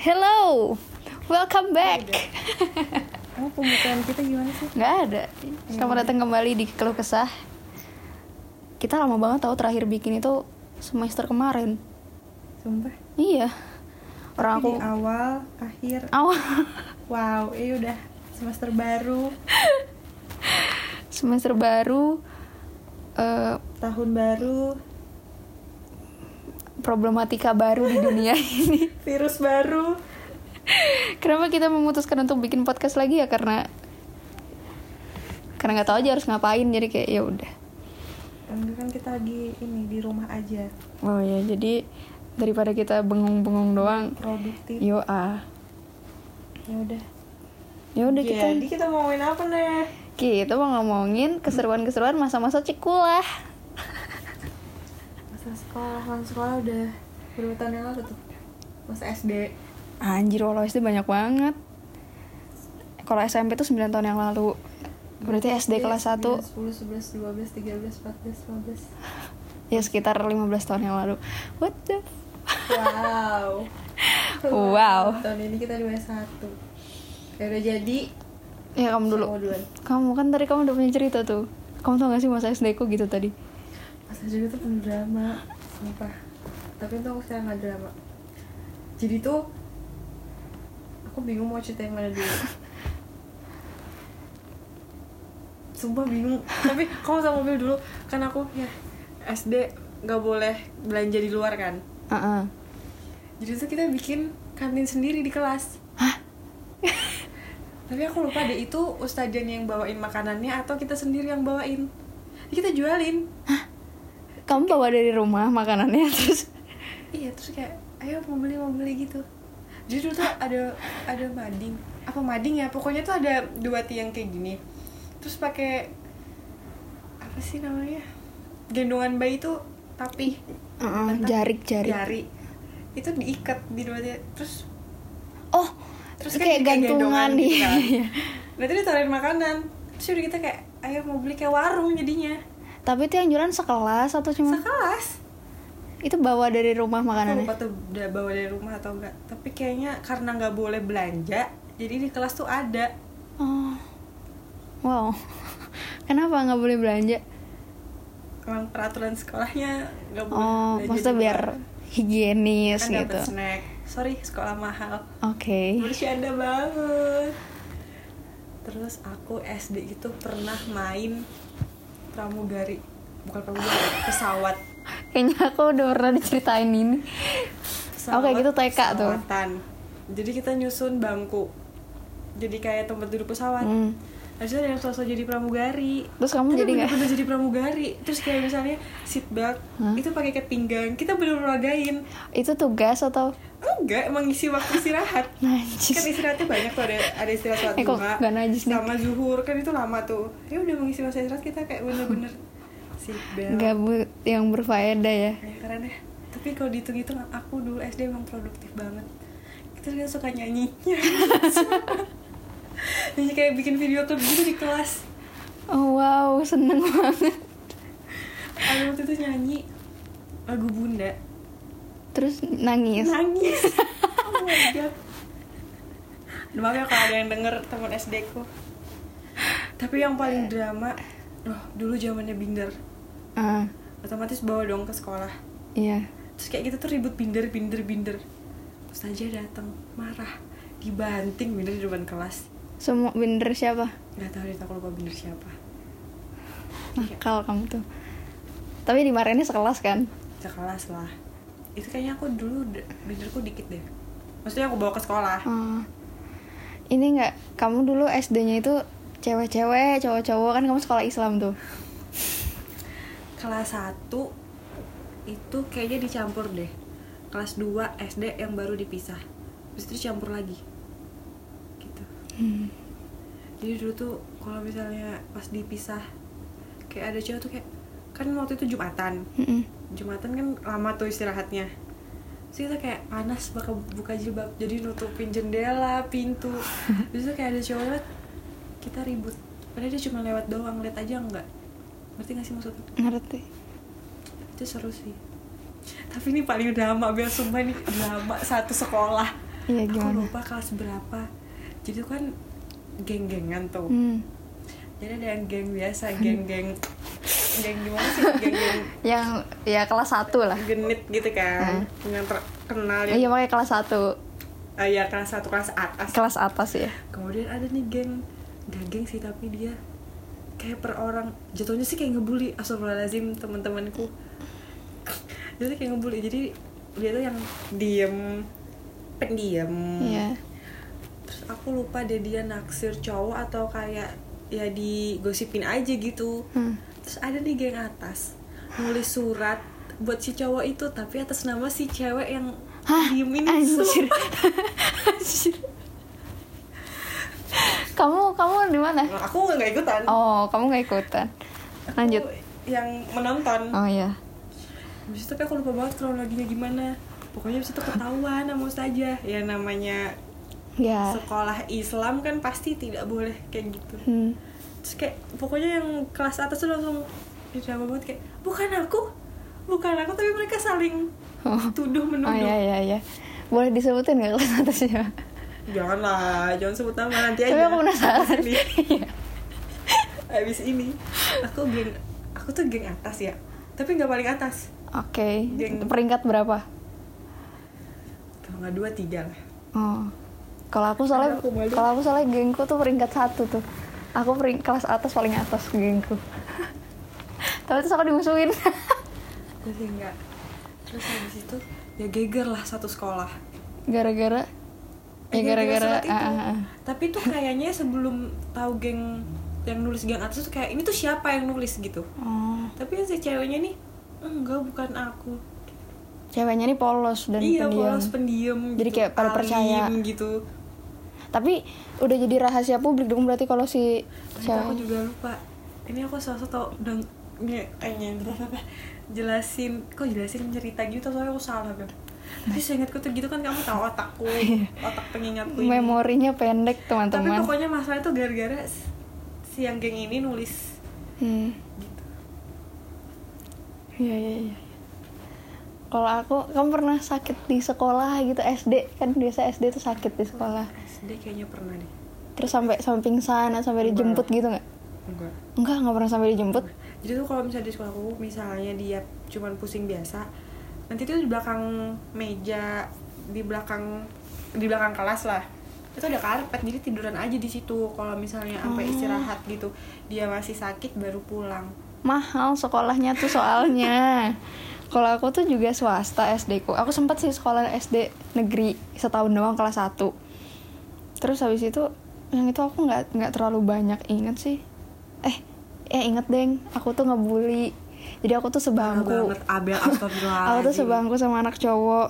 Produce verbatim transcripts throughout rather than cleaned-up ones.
Hello, welcome back. Oh, pembukaan kita gimana sih? Nggak ada. Selamat datang kembali di Keluh Kesah. Kita lama banget tahu terakhir bikin itu semester kemarin. Sumpah. Iya. Orang Tapi aku di awal, akhir. awal Wow, ini udah semester baru, semester baru, eh, tahun baru, problematika baru di dunia ini. virus baru. Kenapa kita memutuskan untuk bikin podcast lagi ya? Karena karena nggak tahu aja harus ngapain. Jadi kayak ya udah. Enggak, kan kita lagi ini di rumah aja. Oh ya, jadi daripada kita bengong-bengong doang, Produktif. yo ah, Ya udah. ya udah kita Jadi kita mau ngomongin apa nih? kita mau ngomongin keseruan-keseruan masa-masa cikulah. Masa sekolah, masa sekolah udah berapa tahun yang lalu tuh? Masa S D. Anjir, walau S D banyak banget. Kalau S M P tuh sembilan tahun yang lalu. Berarti S D kelas satu sepuluh, sebelas, dua belas, tiga belas, empat belas, lima belas. ya sekitar lima belas tahun yang lalu. What the f- Wow. Wow. Tahun ini kita dua puluh satu. Ya udah jadi. Ya kamu dulu. Sama duluan. Kamu kan tadi kamu udah punya cerita tuh. Kamu tau gak sih masa S D ku gitu tadi? Masa juga tuh penuh drama. Sumpah. Tapi itu aku sekarang gak drama. Jadi tuh aku bingung mau cerita yang mana dulu. Sumpah bingung. Tapi kamu sama mobil dulu. Kan aku ya S D gak boleh belanja di luar kan. Uh-uh. Jadi tuh kita bikin kantin sendiri di kelas. Hah? Tapi aku lupa deh itu ustadzanya yang bawain makanannya atau kita sendiri yang bawain. Jadi kita jualin. Kamu bawa dari rumah makanannya terus? Iya, terus kayak ayo mau beli mau beli gitu. Jadi dulu tuh ada ada mading. Apa mading ya? Pokoknya tuh ada dua tiang kayak gini. Terus pakai apa sih namanya? Gendongan bayi tuh tapi Uh-uh, jarik-jarik. jari. Itu diikat di dua tiang. Terus Oh, terus kayak gantungan gitu nih. kan. Nah, itu ditaruhin makanan. Terus udah kita kayak ayo mau beli kayak warung jadinya. Tapi itu yang jualan sekelas atau cuma? Sekelas. Itu bawa dari rumah Aku makanannya? lupa tuh udah bawa dari rumah atau enggak. Tapi kayaknya karena nggak boleh belanja, jadi di kelas tuh ada. Oh, wow. Kenapa nggak boleh belanja? Emang peraturan sekolahnya nggak boleh Oh, belanja maksudnya di biar luar. higienis Kan gitu. dapet snack. Sorry, sekolah mahal. Oke. Bercanda banget. Terus aku S D itu pernah main pramugari. Bukan pramugari, pesawat. Kayaknya aku udah pernah diceritain ini. Pesawat, Oke, gitu T K tuh. pesawatan. Jadi kita nyusun bangku. Jadi kayak tempat duduk pesawat. Hmm. Habis itu ada yang sosok jadi pramugari. Terus kamu Tapi jadi nggak? bener-bener jadi pramugari. Terus kayak misalnya seat belt Hah? itu pakai ikat pinggang. Kita bener-bener ragain. Itu tugas atau? Enggak, emang isi waktu istirahat. Najis. Kan istirahatnya banyak tuh, ada ada istirahat sholat Eh, kok duha nggak najis nih? sama zuhur, kan itu lama tuh. Ya udah mengisi masa istirahat kita kayak bener-bener seat belt. Gabut yang berfaedah ya. Ya keren ya. Tapi kalau dihitung-hitung aku dulu S D emang produktif banget. Kita kan suka nyanyi. Nyanyi kayak bikin video klip gitu di kelas. Oh wow, seneng banget. Aku waktu itu nyanyi lagu Bunda. Terus nangis. Nangis. Oh my god. Maaf ya kalau ada yang denger teman S D ku. Tapi yang paling drama, loh dulu zamannya binder. Ah, Otomatis bawa dong ke sekolah. iya. Terus kayak gitu tuh ribut binder binder binder. Terus aja datang marah, dibanting binder di depan kelas. Semua bener siapa? Nggak tahu deh, aku lupa binder siapa. Nakal kamu tuh. Tapi dimarahinnya sekelas kan? Sekelas lah. Itu kayaknya aku dulu binderku dikit deh. Maksudnya aku bawa ke sekolah. Oh. Ini nggak, kamu dulu S D-nya itu cewek-cewek, cowok-cowok, kan kamu sekolah Islam tuh. Kelas satu itu kayaknya dicampur deh. Kelas dua S D yang baru dipisah. Terus itu dicampur lagi. Gitu. Hmm. Jadi dulu tuh kalau misalnya pas dipisah kayak ada cewek tuh kayak, kan waktu itu Jumatan. Mm-mm. Jumatan kan lama tuh istirahatnya. Terus kita kayak panas bakal buka jilbab, jadi nutupin jendela, pintu. Terus tuh kayak ada cowok lewat, kita ribut. Padahal dia cuma lewat doang, lihat aja enggak. Ngerti gak sih maksudnya? Ngerti. Itu seru sih. Tapi ini paling drama, biar sumpah ini drama satu sekolah. Iya, Aku gimana? lupa kelas berapa. Jadi tuh kan geng-gengan tuh. Hmm. Jadi ada yang geng biasa, geng-geng geng gimana sih? Geng-geng Yang ya kelas satu lah. genit gitu kan. Hmm. Yang terkenal ya. Iya, makanya kelas satu. Ah ya kelas satu kelas atas. Kelas atas ya. Kemudian ada nih geng, gak geng sih tapi dia kayak per orang, jatuhnya sih kayak ngebully. Astagfirullahaladzim teman-temanku. Dia tuh kayak ngebully. Jadi dia tuh yang diem, pendiam. Iya. Terus aku lupa deh dia naksir cowok atau kayak ya digosipin aja gitu. Hmm. Terus ada nih geng atas nulis surat buat si cowok itu tapi atas nama si cewek yang Hah? diem ini. Anjir. Anjir. Kamu kamu di mana? Nah, aku nggak ikutan. Oh, kamu nggak ikutan. Lanjut. Aku yang menonton. Oh iya. Habis itu tapi aku lupa banget kronologinya gimana. Pokoknya habis itu ketahuan sama ustazah. Ya namanya Ya. sekolah Islam kan pasti tidak boleh kayak gitu. Hmm. Terus kayak pokoknya yang kelas atas tuh langsung drama banget kayak bukan aku, bukan aku, tapi mereka saling Oh. tuduh menuduh. Oh iya iya iya. Boleh disebutin nggak kelas atasnya? Janganlah, jangan sebut nama nanti aja. Tapi aku penasaran. Abis ini, Iya. abis ini aku geng, aku tuh geng atas ya, tapi nggak paling atas. Oke. Geng. Peringkat berapa? Kalau nggak dua tiga lah. Oh. Kalau aku soalnya Aku malu. kalau aku soalnya gengku tuh peringkat satu tuh. Aku pering kelas atas paling atas gengku. Tapi terus aku dimusuhin. Terus enggak. Terus habis itu ya geger lah satu sekolah. Gara-gara ya Eh, gara-gara surat itu. ah, ah, ah. Tapi tuh kayaknya sebelum tahu geng yang nulis geng atas tuh kayak ini tuh siapa yang nulis gitu. Oh. Tapi yang si ceweknya nih enggak, bukan aku. Ceweknya nih polos dan Iya, pendiam. polos pendiam. Jadi gitu, kayak pada alim percaya. gitu. Tapi udah jadi rahasia publik dong berarti kalau si Tapi aku cewek. juga lupa. Ini aku salah satu udah ini kayaknya apa jelasin, kok jelasin cerita gitu soalnya aku salah kan. Tapi seingatku tuh gitu kan, kamu tahu otakku, otak pengingatku ini. Memorinya pendek Tapi teman-teman. pokoknya masalah itu gara-gara si yang geng ini nulis Hmm. gitu. Iya iya iya. Kalau aku, kamu pernah sakit di sekolah gitu S D kan biasa S D tuh sakit di sekolah. S D kayaknya pernah deh. Terus sampai sampai pingsan atau sampai dijemput gitu nggak? Enggak. Enggak nggak pernah sampai dijemput. Jadi tuh kalau misalnya di sekolahku, misalnya dia cuman pusing biasa, nanti tuh di belakang meja, di belakang di belakang kelas lah, itu ada karpet, jadi tiduran aja di situ. Kalau misalnya sampai Oh. istirahat gitu, dia masih sakit baru pulang. Mahal sekolahnya tuh soalnya. Kalau aku tuh juga swasta S D ku. Aku sempat sih sekolah S D negeri setahun doang kelas satu. Terus habis itu yang itu aku nggak nggak terlalu banyak inget sih. Eh, eh inget deng, aku tuh ngebully. Jadi aku tuh Parah sebangku. banget, Abel, astagfirullahaladzim. Aku tuh sebangku sama anak cowok.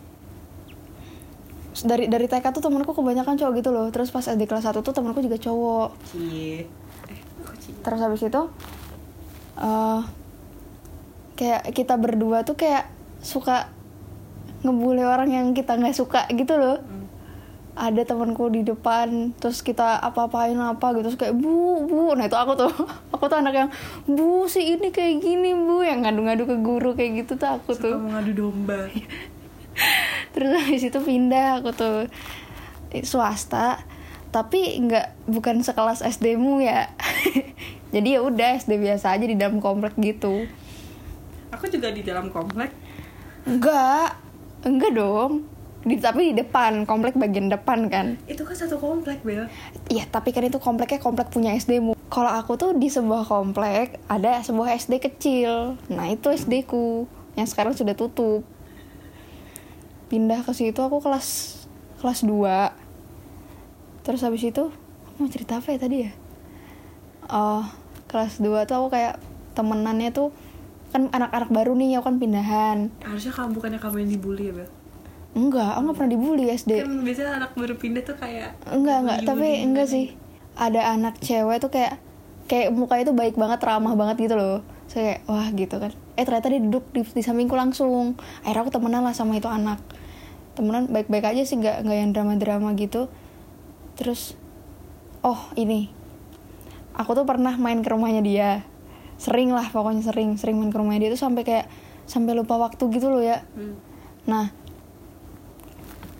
Dari dari T K tuh temanku kebanyakan cowok gitu loh. Terus pas S D kelas satu tuh temanku juga cowok. Cie. Eh, kok cie? Terus habis itu eh kayak kita berdua tuh kayak suka ngebully orang yang kita nggak suka gitu loh. Hmm. Ada temanku di depan, terus kita apa-apain apa gitu, terus kayak bu bu, nah itu aku tuh, aku tuh anak yang bu si ini kayak gini bu, yang ngadu-ngadu ke guru kayak gitu tuh aku Suka tuh. mengadu domba. Terus habis itu pindah aku tuh eh, swasta, tapi nggak bukan sekelas S D-mu ya. Jadi ya udah S D biasa aja di dalam komplek gitu. Aku juga di dalam komplek. Enggak, enggak dong. Di, tapi di depan, komplek bagian depan kan. Itu kan satu komplek, Bel. Iya, tapi kan itu kompleknya komplek punya S D-mu. Kalau aku tuh di sebuah komplek ada sebuah S D kecil. Nah, itu S D-ku yang sekarang sudah tutup. Pindah ke situ aku kelas kelas dua. Terus habis itu aku mau cerita apa ya tadi ya? Oh, kelas dua tuh aku kayak temenannya tuh kan anak-anak baru nih, aku kan pindahan. Harusnya kamu bukannya kamu yang dibully ya, Bel? Enggak, aku gak pernah dibully S D. Kan biasanya anak baru pindah tuh kayak Enggak, enggak, tapi bully-bully enggak gitu. sih. Ada anak cewek tuh kayak kayak mukanya tuh baik banget, ramah banget gitu loh. Saya kayak wah gitu kan. Eh ternyata dia duduk di, di sampingku langsung. Akhirnya aku temenan lah sama itu anak. Temenan baik-baik aja sih, enggak enggak yang drama-drama gitu. Terus oh, ini. Aku tuh pernah main ke rumahnya dia. Sering lah, pokoknya sering, sering main ke rumahnya dia tuh sampai kayak sampai lupa waktu gitu loh ya. Hmm. Nah,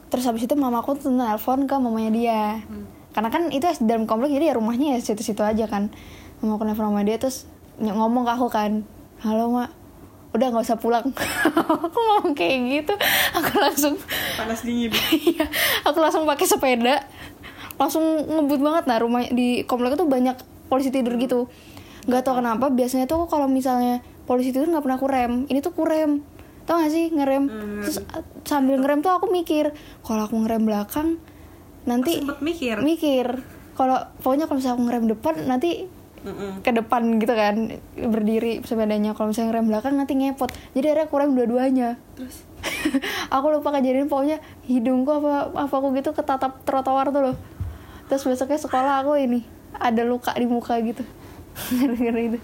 Terus habis itu mamaku tuh nelpon ke mamanya dia. Hmm. Karena kan itu di dalam komplek jadi ya rumahnya ya situ-situ aja kan. Mamaku nelpon sama dia terus ny- ngomong ke aku kan, halo mak, udah nggak usah pulang. Aku ngomong kayak gitu, aku langsung panas dingin. Iya, aku langsung pakai sepeda, langsung ngebut banget. Nah rumah di komplek itu banyak polisi tidur gitu. Nggak tahu kenapa biasanya tuh kalau misalnya polisi tidur nggak pernah aku rem, ini tuh ku rem. Tau gak sih ngerem? Hmm. Terus sambil ngerem tuh aku mikir, kalau aku ngerem belakang nanti sempet mikir. Mikir. Kalau pokoknya kalau misalnya aku ngerem depan nanti Mm-mm. ke depan gitu kan berdiri sepedanya. Kalau misalnya ngerem belakang nanti ngepot. Jadi akhirnya aku rem dua-duanya. Terus aku lupa kejadian, pokoknya hidungku apa apa aku gitu ketatap trotoar tuh loh. Terus besoknya sekolah aku ini ada luka di muka gitu. Gara-gara itu.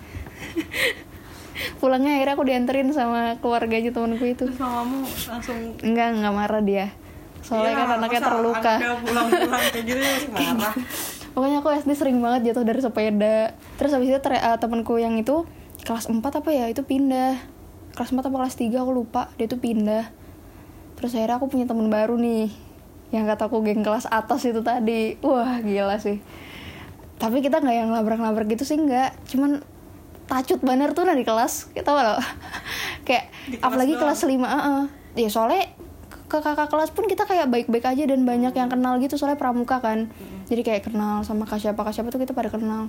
Pulangnya akhirnya aku dianterin sama keluarganya temanku itu. Terus mamamu langsung enggak enggak marah dia, soalnya ya, kan anaknya terluka. Anaknya pulang-pulang kayak gitu masih marah. Pokoknya aku S D sering banget jatuh dari sepeda. Terus habis itu ter- uh, temanku yang itu kelas empat apa ya itu pindah, kelas empat apa kelas tiga aku lupa, dia tuh pindah. Terus akhirnya aku punya teman baru nih yang kataku geng kelas atas itu tadi. Wah gila sih. Tapi kita nggak yang labrak-labrak gitu sih, nggak, cuman tacut banner tuh nah di kelas, kita loh. Kayak kelas apalagi doang. Kelas lima, uh-uh. Ya soalnya ke kakak kelas pun kita kayak baik-baik aja dan banyak yang kenal gitu soalnya pramuka kan. Mm-hmm. Jadi kayak kenal sama kak siapa kak siapa tuh kita pada kenal.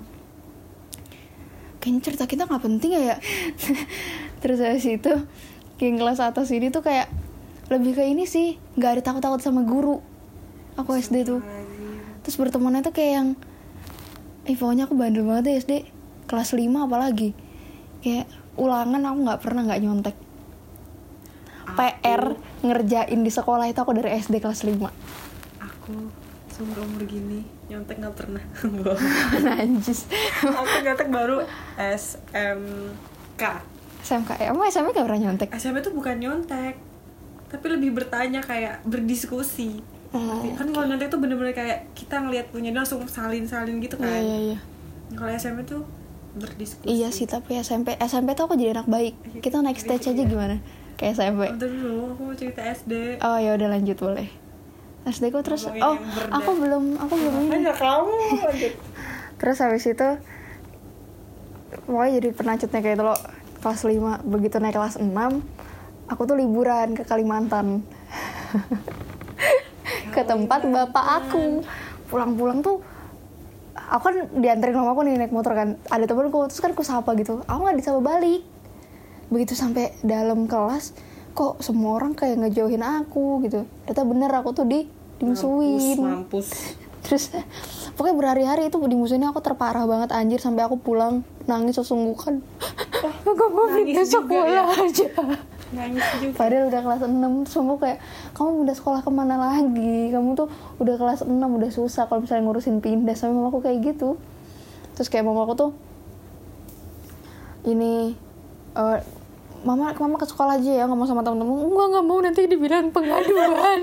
Kayaknya cerita kita nggak penting ya. Terus habis itu geng kelas atas ini tuh kayak lebih ke ini sih, nggak ada takut-takut sama guru. Aku S D tuh. Terus bertemannya tuh kayak yang, eh pokoknya aku bandel banget deh S D. Kelas lima apalagi kayak ulangan aku nggak pernah nggak nyontek. Aku, P R ngerjain di sekolah itu aku dari S D kelas lima. Aku seumur umur gini nyontek nggak pernah. Najis. Aku nyontek baru S M K. S M K ya, emang S M K nggak pernah nyontek? S M K itu bukan nyontek, tapi lebih bertanya kayak berdiskusi. Hmm. Kan kalau nyontek tuh bener-bener kayak kita ngelihat punya dia langsung salin-salin gitu kan. Iya iya iya. Kalau S M P tuh berdiskusi. Iya sih, tapi S M P S M P tuh aku jadi anak baik. Kita naik stage aja ya. Gimana? Kayak S M P. Bentar dulu, aku mau cerita S D. Oh ya udah lanjut boleh. S D ku terus ngomongin oh aku belum aku belum ini. Ayo kamu lanjut. Terus habis itu pokoknya jadi penacutnya kayak itu loh. Kelas lima, begitu naik kelas enam aku tuh liburan ke Kalimantan. Ke tempat bapak aku. Pulang-pulang tuh aku kan dianterin sama aku nih naik motor kan, ada temenku, terus kan aku sapa gitu, aku nggak disapa balik. Begitu sampai dalam kelas kok semua orang kayak ngejauhin aku gitu, ternyata bener aku tuh di dimusuhin. Mampus, mampus. Terus pokoknya berhari-hari itu dimusuhin aku terparah banget anjir, sampai aku pulang nangis sesungguhkan. Oh, gak mau pindah sekolah ya? Aja nangis juga. Padahal udah kelas enam, semua kayak kamu udah sekolah kemana lagi, kamu tuh udah kelas enam udah susah kalau misalnya ngurusin pindah. Sampai mamaku kayak gitu. Terus kayak mamaku tuh ini uh, mama mama ke sekolah aja ya, ngomong sama temen-temen. Enggak nggak mau, nanti dibilang pengaduan.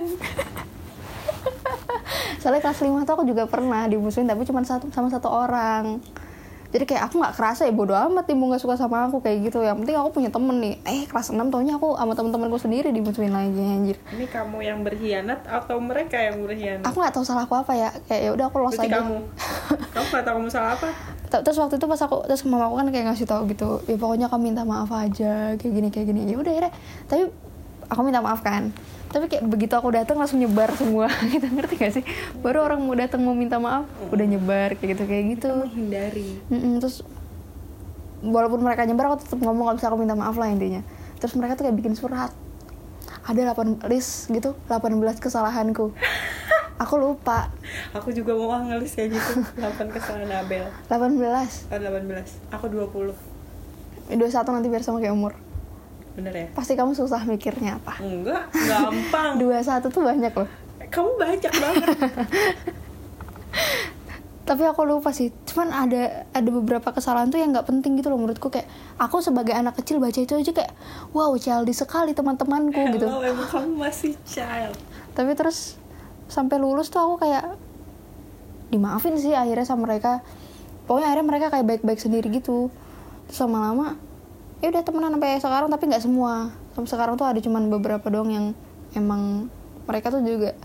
Soalnya kelas lima tuh aku juga pernah dimusuhin, tapi cuma satu sama satu orang. Jadi kayak aku nggak kerasa ya, bodo amat ibu nggak suka sama aku kayak gitu. Yang penting aku punya temen nih. Eh kelas enam taunya aku sama temen-temenku sendiri dimusuhin lagi anjir. Ini kamu yang berkhianat atau mereka yang berkhianat? Aku nggak tahu salah aku apa ya. Kayak ya udah aku los aja. Kamu, kamu nggak tahu kamu salah apa? Terus waktu itu pas aku terus mama aku kan kayak ngasih tahu gitu. Ya pokoknya kamu minta maaf aja kayak gini kayak gini. Ya udah akhirnya. Tapi aku minta maaf kan. Tapi kayak begitu aku datang langsung nyebar semua. Gitu, ngerti gak sih? Baru orang mau datang mau minta maaf hmm. udah nyebar kayak gitu kayak gitu. Kita menghindari. Mm-mm, terus walaupun mereka nyebar aku tetap ngomong kalau bisa aku minta maaf lah intinya. Terus mereka tuh kayak bikin surat. Ada delapan list gitu, delapan belas kesalahanku. Aku lupa. Aku juga mau ngelis kayak gitu. delapan kesalahan Abel. delapan belas. Oh, delapan belas. Aku dua puluh. dua puluh satu nanti biar sama kayak umur. Bener ya? Pasti kamu susah mikirnya apa? Enggak, gampang. dua puluh satu tuh banyak loh. Kamu banyak banget. Tapi aku lupa sih. Cuman ada ada beberapa kesalahan tuh yang nggak penting gitu loh menurutku. Kayak aku sebagai anak kecil baca itu aja kayak wow childish sekali teman-temanku gitu. Hello, emang kamu masih child. Tapi terus sampai lulus tuh aku kayak dimaafin sih akhirnya sama mereka. Pokoknya akhirnya mereka kayak baik-baik sendiri gitu. Terus lama-lama ya udah temenan sampai sekarang, tapi nggak semua. Sampai sekarang tuh ada cuman beberapa doang yang emang mereka tuh juga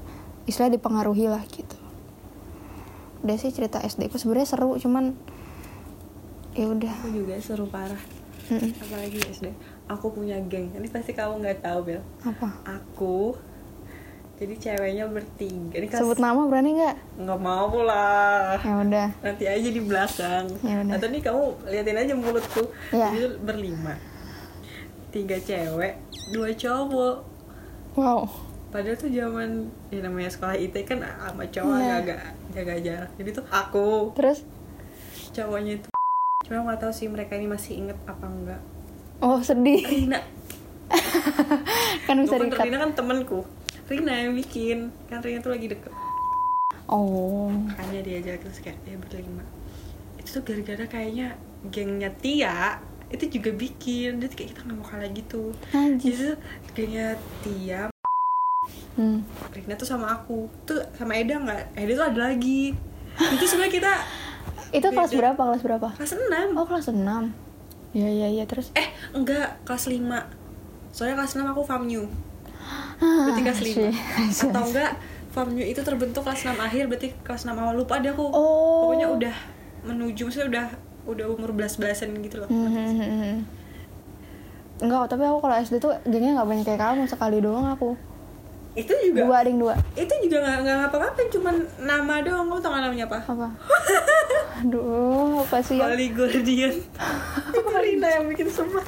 istilah dipengaruhi lah gitu. Udah sih cerita S D ku sebenarnya seru, cuman ya udah. Aku juga seru parah. Mm-mm. Apalagi S D. Aku punya geng. Ini pasti kamu nggak tahu, Bel. Apa? Aku jadi ceweknya bertiga. Ini kelas... Sebut nama berani nggak? Nggak mau lah. Ya udah. Nanti aja di belakang. Ya udah. Atau nih kamu liatin aja mulutku. Ya. Jadi berlima. Tiga cewek, dua cowok. Wow. Padahal tuh zaman ya namanya sekolah I T kan sama cowok Ya. agak jaga jarak. Jadi tuh aku. Terus? Cowoknya itu. Cuma nggak tahu sih mereka ini masih inget apa enggak. Oh sedih. Rina. Kan bisa Bukan, diikat. Rina kan temenku. Rina yang bikin. Kan Rina tuh lagi deket. Oh. Makanya diajak terus kayak ya berlima. Itu tuh gara-gara kayaknya gengnya Tia itu juga bikin. Jadi kayak kita nggak mau kalah gitu. Anjir. Jadi tuh gengnya Tia, Hmm. Rina tuh sama aku. Tuh sama Eda nggak? Eda tuh ada lagi. Itu sebenarnya kita Itu kelas beda. berapa? Kelas berapa? Kelas enam. Oh kelas enam. Iya iya iya terus. Eh enggak, kelas lima. Soalnya kelas enam aku FAMU. Ah, Berarti kelas lima. asyik. Atau enggak FAMU itu terbentuk kelas enam akhir, berarti kelas enam awal. Lupa deh aku. Oh. Pokoknya udah menuju, maksudnya udah udah umur belas-belasan gitu loh. Hmm, hmm, hmm, hmm. Enggak, tapi aku kalau S D tuh gengnya nggak banyak kayak kamu, sekali doang aku. Itu juga Dua ding dua. itu juga nggak nggak ngapa-ngapain, cuman nama doang. Kamu tau nggak namanya apa? Apa? Aduh, apa sih ya? Holy Guardian. Itu Rina yang bikin semua.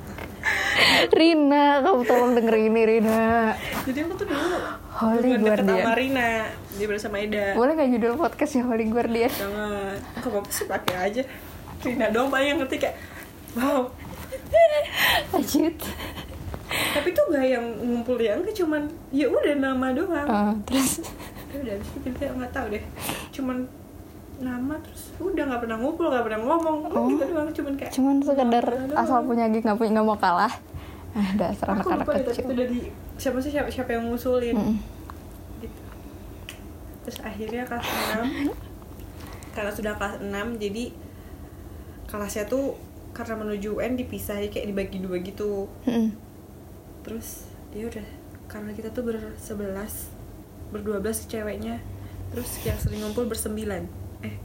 Rina, kamu tolong denger ini Rina. Jadi aku tuh dulu Holy duluan deket Guardian. sama Rina, dia bersama Eda. Boleh nggak judul podcastnya Holy Guardian? Jangan, kok apa sih pakai aja. Rina doang paling yang ngerti kayak wow. Lanjut. Tapi tuh gak yang ngumpul ya, enggak, cuman ya udah nama doang. Uh, terus Ya udah habis itu kita nggak tahu deh, cuman nama terus udah nggak pernah ngumpul, nggak pernah ngomong. Oh. Gitu doang, cuman kayak cuman sekedar nama doang. asal punya geng nggak punya nggak mau kalah. Ah, dasar Aku anak-anak lupa deh, tapi kecil. itu dari siapa sih siapa, siapa yang ngusulin. Mm-mm. Gitu. Terus akhirnya kelas enam, karena sudah kelas enam jadi kelasnya tuh karena menuju U N dipisah, jadi kayak dibagi dua gitu. Mm-mm. Terus ya udah, karena kita tuh bersebelas, berdua belas ceweknya, terus yang sering ngumpul bersembilan. Eh,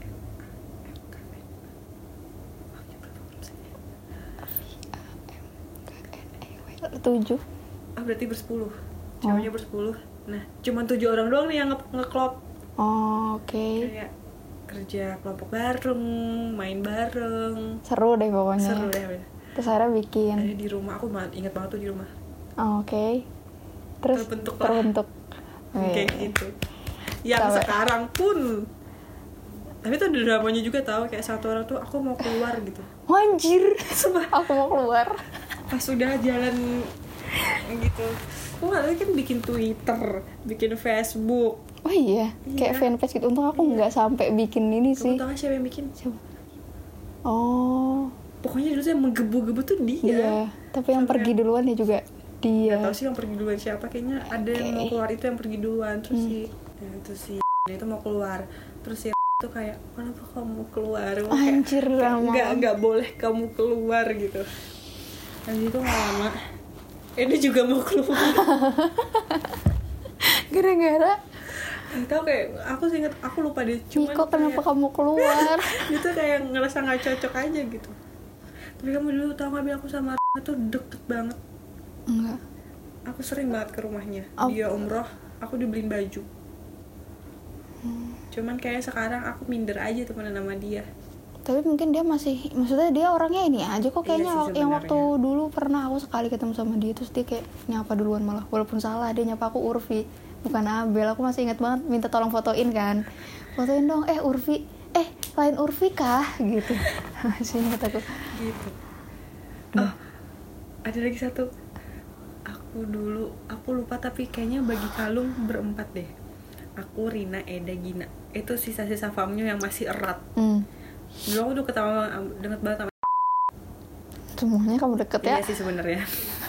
Tujuh. ah berarti bersepuluh, ceweknya bersepuluh. Nah, cuma tujuh orang doang nih yang nge- ngeklop. Oh, oke. Okay. Kayak kerja kelompok bareng, main bareng, Seru deh pokoknya. seru deh. bener. Terus akhirnya bikin. Ada di rumah, aku banget inget banget tuh di rumah. Oh, oke. Okay. Terus Terbentuk lah. terbentuk. Kayak Weh. gitu. Yang Sampai- sekarang pun. Tapi tuh ada dramanya juga tau, kayak satu orang tuh aku mau keluar gitu. Anjir. Sumpah. Aku mau keluar. Pas sudah jalan gitu, aku nggak tahu kan bikin Twitter, bikin Facebook. Oh iya, kayak Iya. fanpage gitu. Untung aku nggak sampai bikin ini sih. Kamu tahu nggak siapa yang bikin? Siapa? Oh, Pokoknya dulu tuh yang menggebu-gebu tuh dia. iya. Tapi yang Sampai- pergi duluan ya juga dia. Gak tau sih yang pergi duluan siapa, kayaknya ada yang mau Oke. keluar itu yang pergi duluan. Terus Hmm. si ya, itu si itu mau keluar, terus si itu kayak kenapa kamu keluar? Gua kayak, Anjir, kayak, lama. nggak nggak boleh kamu keluar gitu. Habis itu nggak lama ini juga mau keluar. Gara-gara Gak tau, kayak aku sih inget, aku lupa deh, cuman Niko kenapa kayak- kamu keluar? itu kayak ngerasa nggak cocok aja gitu. Tapi kamu dulu tau nggak, Bil, aku sama tuh deket banget. Enggak. Aku sering banget ke rumahnya. Oh. Dia umroh, aku dibeliin baju. Cuman kayak sekarang aku minder aja temenan sama dia. Tapi mungkin dia masih, maksudnya dia orangnya ini aja kok Iya kayaknya. sih wak- yang waktu sebenarnya. dulu pernah aku sekali ketemu sama dia, terus dia kayak nyapa duluan malah, walaupun salah dia nyapa aku Urfi bukan Abel. Aku masih ingat banget minta tolong fotoin kan, fotoin dong, eh Urfi, eh lain Urfi kah gitu. Masih ingat aku. Gitu. Oh, ada lagi satu. Aku dulu, aku lupa tapi kayaknya bagi kalung berempat deh. Aku, Rina, Eda, Gina. Itu sisa-sisa famnya yang masih erat. Hmm. Dulu aku udah ketawa deket banget sama. Semuanya kamu deket ya? Iya sih sebenarnya.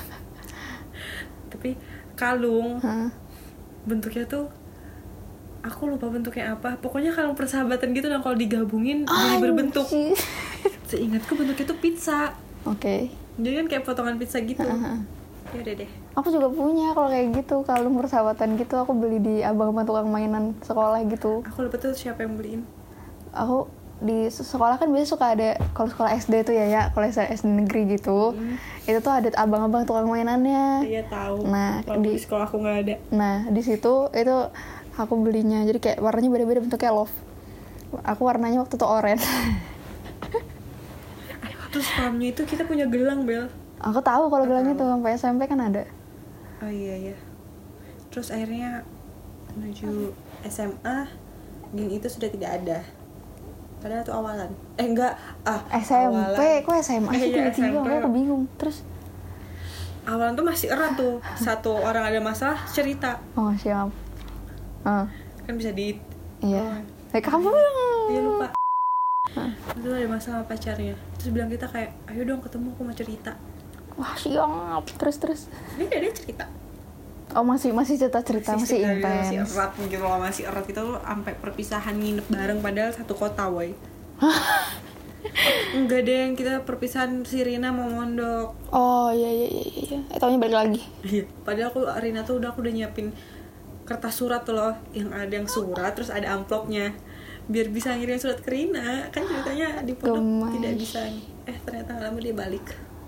Tapi kalung Hah? bentuknya tuh aku lupa bentuknya apa. Pokoknya kalung persahabatan gitu, dan kalau digabungin jadi berbentuk. Anjir. Seingatku bentuknya tuh pizza. Oke. Jadi kan kayak potongan pizza gitu. Heeh. Ya udah deh. Aku juga punya kalau kayak gitu, kalung persahabatan gitu aku beli di abang-abang tukang mainan sekolah gitu. Aku lupa tuh siapa yang beliin. Aku di sekolah kan biasa suka ada, kalau sekolah S D tuh ya ya, kalau S D negeri gitu, hmm. itu tuh ada abang-abang tukang mainannya. Iya tahu. Nah di, di sekolah aku nggak ada. Nah di situ itu aku belinya, jadi kayak warnanya beda-beda bentuknya love. Aku warnanya waktu itu oranye. Terus malamnya itu kita punya gelang, Bel. Aku tahu kalau gelangnya tuh sampai S M P kan ada. Oh iya iya. Terus akhirnya menuju S M A, geng itu sudah tidak ada. Padahal itu awalan. Eh enggak, ah S M P, awalan. kok S M A sih eh, tiba-tiba, iya, aku bingung. Terus awalan tuh masih erat tuh. Satu orang ada masalah cerita. Oh siap. Uh. Kan bisa di. Iya. Oh. Kayak kamu. Iya lupa. Huh? Itu ada masalah sama pacarnya. Terus bilang kita kayak, ayo dong ketemu, aku mau cerita. Wah siap. Terus terus. Dia kayak dia cerita. Oh masih masih cerita-cerita, masih, masih intens. Masih erat gitu loh, masih erat kita tuh sampai perpisahan nginep bareng padahal satu kota, woy. Enggak deh, kita perpisahan si Rina mau mondok. Oh iya iya iya iya. Eh taunya balik lagi. Iya. Padahal aku Rina tuh udah aku udah nyiapin kertas surat tuh loh, yang ada yang surat terus ada amplopnya. Biar bisa ngirim surat ke Rina. Kan ceritanya di pondok tidak bisa. Eh ternyata lama dia balik.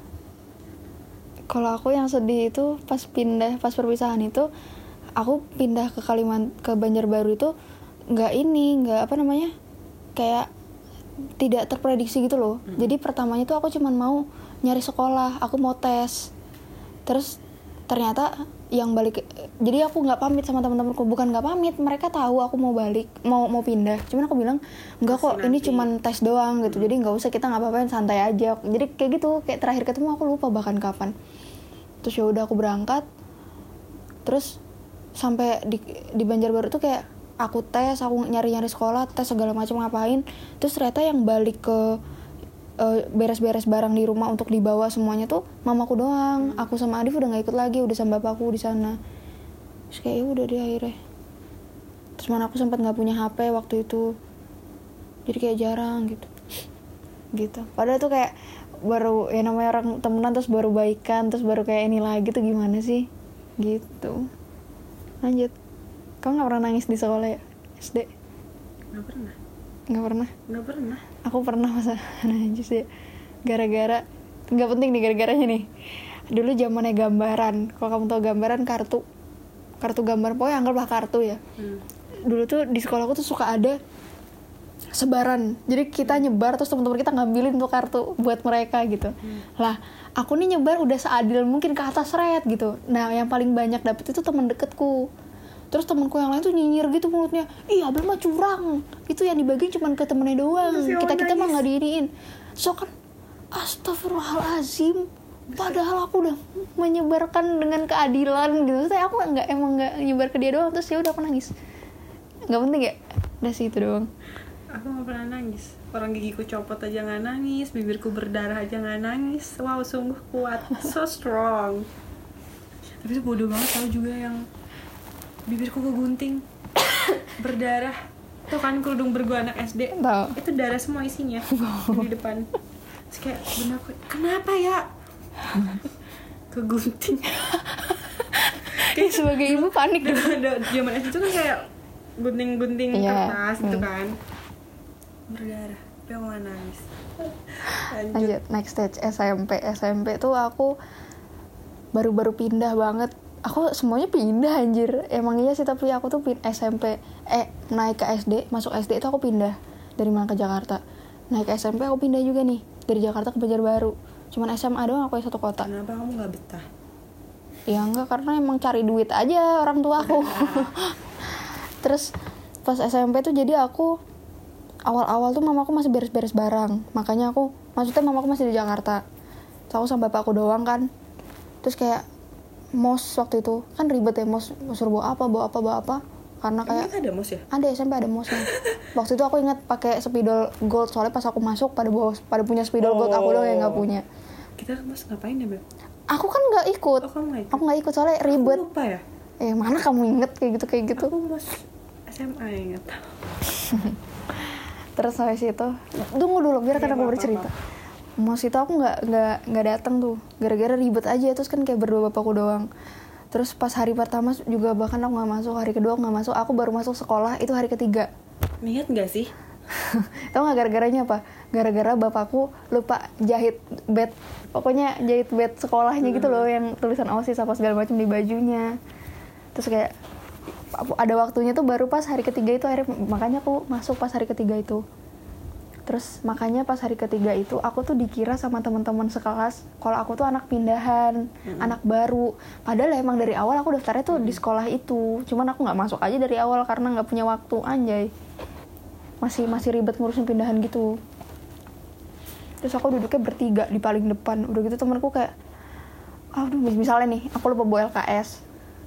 Kalau aku yang sedih itu pas pindah, pas perpisahan itu aku pindah ke Kalimantan, ke Banjarbaru itu nggak ini, nggak apa namanya, kayak tidak terprediksi gitu loh. Hmm. Jadi pertamanya tuh aku cuman mau nyari sekolah, aku mau tes, terus ternyata yang balik, jadi aku nggak pamit sama teman-temanku, bukan nggak pamit, mereka tahu aku mau balik, mau mau pindah, cuman aku bilang nggak kok, ini cuman tes doang gitu, jadi nggak usah, kita nggak apa-apain, santai aja. Jadi kayak gitu, kayak terakhir ketemu aku lupa bahkan kapan. Terus ya udah aku berangkat, terus sampai di di Banjarbaru tuh kayak aku tes, aku nyari-nyari sekolah, tes segala macam ngapain, terus ternyata yang balik ke Uh, beres-beres barang di rumah untuk dibawa semuanya tuh mamaku doang. Aku sama Adif udah nggak ikut lagi, udah sama bapakku di sana. Terus kayak ya udah deh akhirnya. Terus mana aku sempat nggak punya H P waktu itu, jadi kayak jarang gitu. Gitu. Padahal tuh kayak baru ya namanya orang temenan terus baru baikan terus baru kayak ini lagi tuh gimana sih? Gitu. Lanjut. Kamu nggak pernah nangis di sekolah ya S D? Nggak pernah. Nggak pernah? Nggak pernah. Aku pernah masa nangis ya. Gara-gara, nggak penting nih gara-garanya nih. Dulu zamannya gambaran. Kalau kamu tahu gambaran, kartu, kartu gambar, pokoknya anggaplah kartu ya. Hmm. Dulu tuh di sekolahku tuh suka ada sebaran. Jadi kita nyebar terus teman-teman kita ngambilin tuh kartu buat mereka gitu. Hmm. Lah, aku nih nyebar udah seadil mungkin ke atas red gitu. Nah, yang paling banyak dapet itu teman deketku. Terus temanku yang lain tuh nyinyir gitu mulutnya, ih Abel mah curang, itu yang dibagiin cuma ke temennya doang, kita kita mah nggak diiniin. So kan, astagfirullahalazim, padahal aku udah menyebarkan dengan keadilan gitu. Saya aku nggak emang nggak nyebar ke dia doang, terus ya udah aku nangis. Nggak penting ya, udah sih itu doang. Aku nggak pernah nangis. Orang gigiku copot aja nggak nangis, bibirku berdarah aja nggak nangis. Wow, sungguh kuat, so strong. Tapi itu bodoh banget tau juga yang bibirku kegunting berdarah tuh kan, kerudung bergu anak S D. Tau. Itu darah semua isinya di depan. Terus kayak bener aku, kenapa ya kegunting? Kayak sebagai ibu panik dong. Zaman S D itu kan kayak gunting-gunting yeah. kertas gitu hmm. kan, berdarah. Tapi aku gak nangis. Lanjut. Lanjut next stage S M P. S M P tuh aku baru-baru pindah banget. Aku semuanya pindah anjir. Emang iya sih, tapi aku tuh S M P eh naik ke S D, masuk S D itu aku pindah dari mana ke Jakarta. Naik ke S M P aku pindah juga nih dari Jakarta ke Banjarbaru. Cuman S M A doang aku yang satu kota. Kenapa kamu enggak betah? Ya enggak, karena emang cari duit aja orang tua aku. Terus pas S M P tuh jadi aku awal-awal tuh mamaku masih beres-beres barang. Makanya aku, maksudnya mamaku masih di Jakarta. Terus aku sama bapakku doang kan. Terus kayak mos waktu itu kan ribet ya, mos suruh bawa apa bawa apa bawa apa karena kayak ada mos ya, ada S M P ada mosnya. Waktu itu aku ingat pakai spidol gold, soalnya pas aku masuk pada bawa pada punya spidol oh. gold, aku doang yang nggak punya. Kita mos ngapain ya Beb? Aku kan nggak ikut. Oh, kamu gak ikut. Aku nggak ikut soalnya ribet. Aku lupa ya. Eh mana kamu inget kayak gitu kayak gitu? Aku mos S M A inget. Terus habis itu tunggu dulu biar kan aku bercerita. mos itu aku nggak nggak nggak datang tuh gara-gara ribet aja, terus kan kayak berdua bapakku doang. Terus pas hari pertama juga bahkan aku nggak masuk, hari kedua aku nggak masuk, aku baru masuk sekolah itu hari ketiga. Ingat nggak sih? Tahu nggak gara-garanya apa? Gara-gara bapakku lupa jahit bed, pokoknya jahit bed sekolahnya gitu loh, yang tulisan OSIS apa segala macam di bajunya. Terus kayak ada waktunya tuh baru pas hari ketiga itu, akhirnya makanya aku masuk pas hari ketiga itu. Terus makanya pas hari ketiga itu aku tuh dikira sama teman-teman sekelas kalau aku tuh anak pindahan, mm-hmm. anak baru. Padahal emang dari awal aku daftarnya tuh mm-hmm. di sekolah itu. Cuman aku nggak masuk aja dari awal karena nggak punya waktu, anjay. Masih masih ribet ngurusin pindahan gitu. Terus aku duduknya bertiga di paling depan. Udah gitu temanku kayak, aduh misalnya nih aku lupa bawa L K S.